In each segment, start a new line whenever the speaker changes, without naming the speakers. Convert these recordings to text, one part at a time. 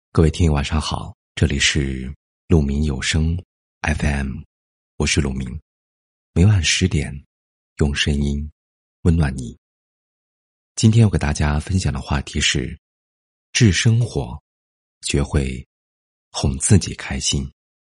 各位听友晚上好，这里是鹿鸣有声 FM， 我是鹿鸣，每晚10点用声音温暖你。今天要给大家分享的话题是治生活，学会哄自己开心。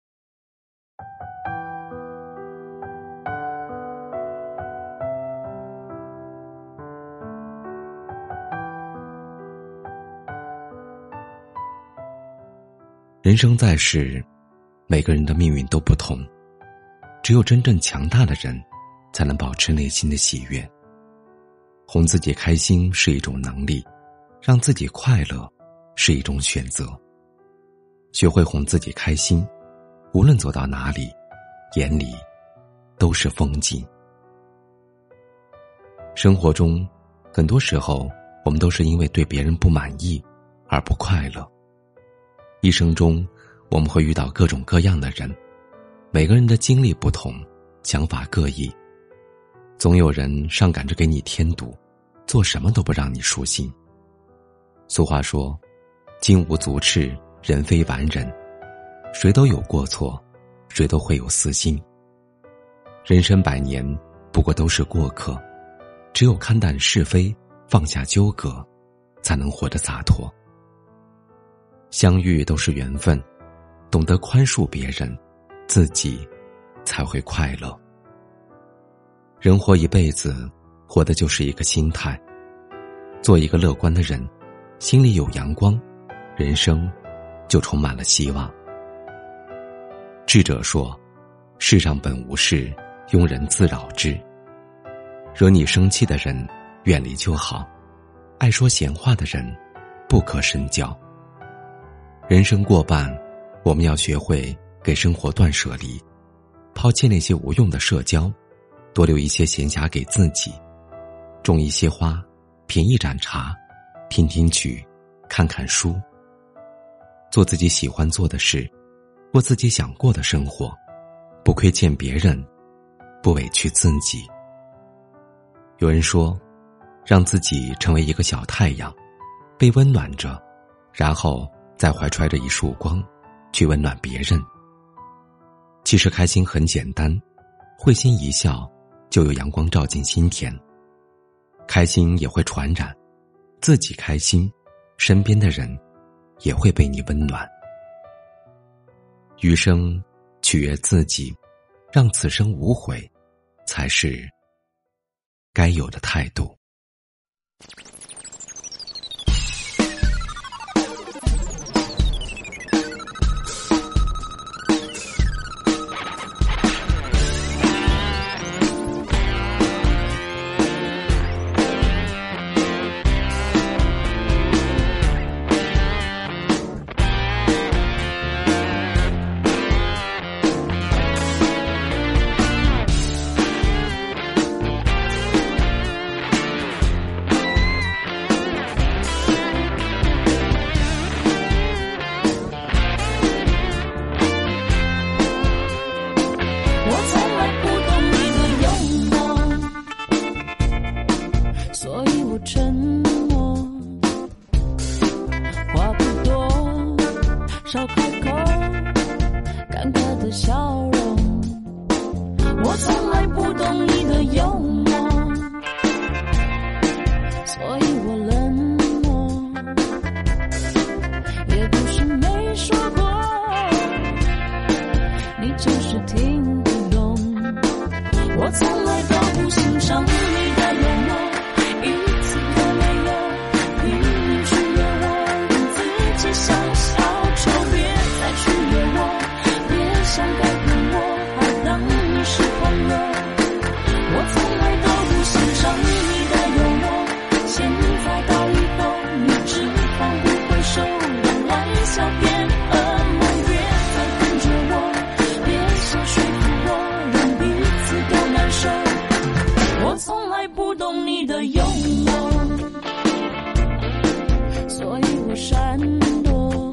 人生在世，每个人的命运都不同，只有真正强大的人才能保持内心的喜悦。哄自己开心是一种能力，让自己快乐是一种选择。学会哄自己开心，无论走到哪里，眼里都是风景。生活中，很多时候我们都是因为对别人不满意而不快乐。一生中，我们会遇到各种各样的人，每个人的经历不同，想法各异，总有人上赶着给你添堵，做什么都不让你舒心。俗话说，金无足赤，人非完人，谁都有过错，谁都会有私心。人生百年，不过都是过客，只有看淡是非，放下纠葛，才能活得洒脱。相遇都是缘分，懂得宽恕别人，自己才会快乐。人活一辈子，活的就是一个心态。做一个乐观的人，心里有阳光，人生就充满了希望。智者说，世上本无事，庸人自扰之。惹你生气的人，远离就好；爱说闲话的人，不可深交。人生过半，我们要学会给生活断舍离，抛弃那些无用的社交，多留一些闲暇给自己，种一些花，品一盏茶，听听曲，看看书，做自己喜欢做的事，过自己想过的生活，不亏欠别人，不委屈自己。有人说，让自己成为一个小太阳，被温暖着，然后再怀揣着一束光去温暖别人。其实开心很简单，会心一笑就有阳光照进心田。开心也会传染，自己开心，身边的人也会被你温暖。余生取悦自己，让此生无悔，才是该有的态度。
所以我沉默，话不多，少开口，尴尬的笑容。我从来不懂你的幽默，所以我冷漠，也不是没说过，你就是听不懂。我从来都不欣赏你的冷漠，不懂你的幽默，所以我闪躲。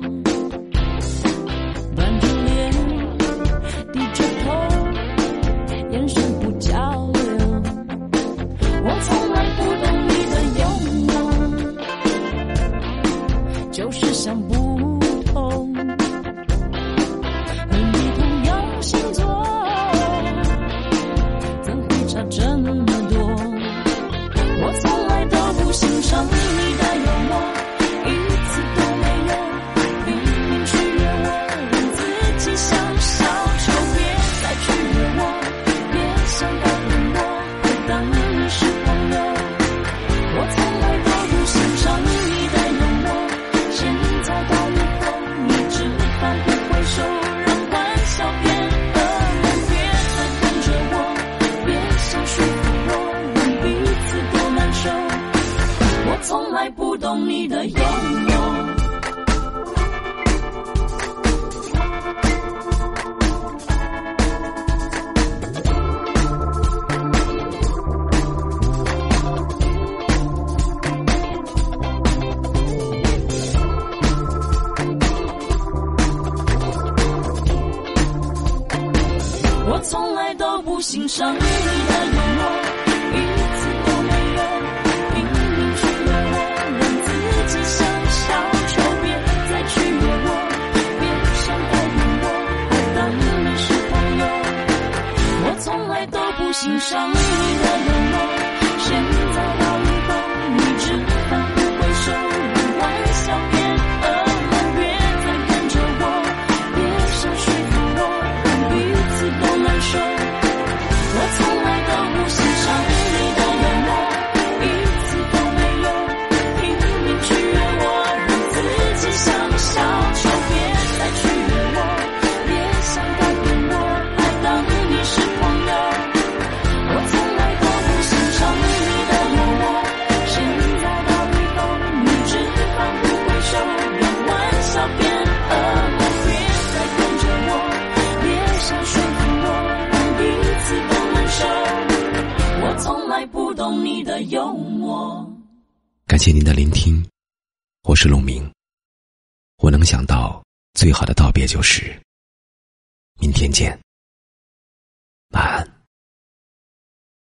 欣赏你的幽默，一次都没有拼命取悦我，让自己想小丑，别再取悦我，别想改变我，还当你是朋友。我从来都不欣赏你的冷漠，现在到以后你只反不回首，让玩笑变噩梦，别再跟着我，别想说服我，让彼此都难受。我从来都不欣赏你的幽默，一次都没有拼命取悦我，让自己想小丑，别再取悦我，别想改变我，还当你是朋友。我从来都不欣赏你的幽默，现在到以后你只反不回首，让玩笑变噩梦，别再跟着我，别想说服我，让彼此都难受。我从来不懂你的幽默。
感谢您的聆听，我是陆明。我能想到最好的道别就是明天见，晚安。